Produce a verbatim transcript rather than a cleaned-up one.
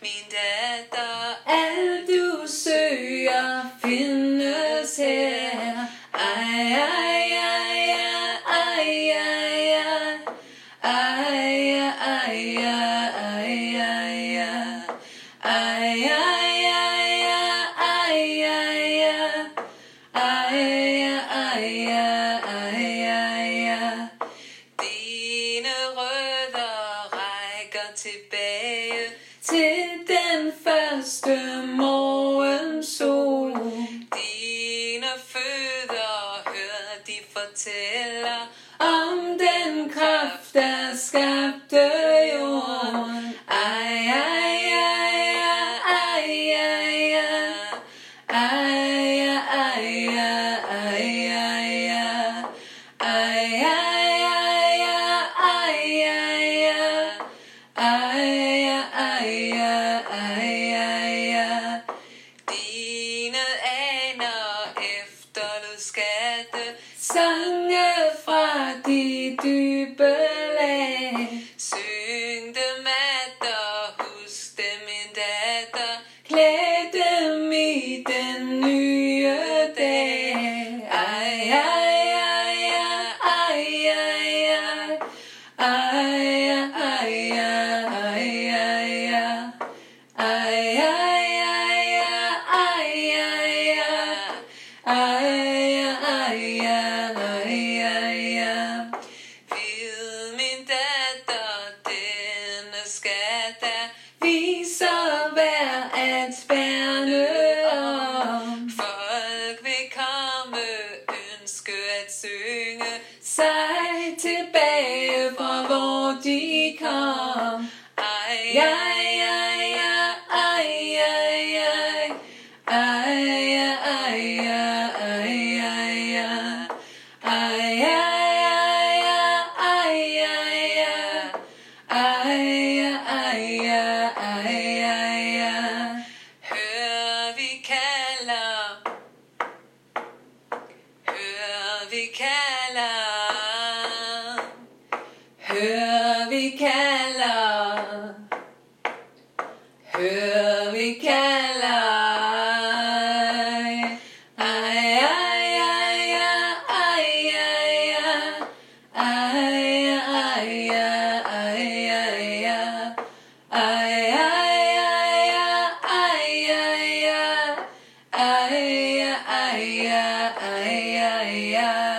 min datter. Alt du søger findes her. Ej, ej, ej, ej, ej, ej. Ej, ej, ej, ej, ej, ej. Ej, ej, ej, ej, ej, ej. Ej, ej, ej, ej, ej. Dine rødder rækker tilbage til den første morgensol. Dine fødder hører de fortæller om den kraft, der skabte jorden. Ej, ej, ej, ej, ej, ej. Ej, ej, ej, ej, ej, ej. Ej, ej, ej, ej, ej, ej. Ej, ej, ej, ej, ej. Dine aner efterlod skatte Sange fra de dybe lag. Syng dem atter, husk dem min datter. Klæd dem i den nye dag. Ej, ej, ej, ej, ej, ej. Ej, ej, ej, ej, ej, ej. Ej, ej, ej, ej, ej, ej. Ej, ej, ej, ej, ej. Vid min datter, denne skat er Viser hver at værne om. folk vil komme, ønske at synge Sig tilbage fra hvor de kom. Ej, Ej, ej, ej, ej, ej. Ej, ej, ej, ej, ej. Ej, ej, ej, ej, ej, ej. Ej, ej, ej, ej, ej. hør vi kalder, hør vi kalder. Hør vi kalder. Hør vi kalder. Ej, ej, ej, ej, ej, ej. Ej, ej, ej, ej, ej. Ej, ej, ej, ej, ej, ej. Ej, ej, ej, ej, ej.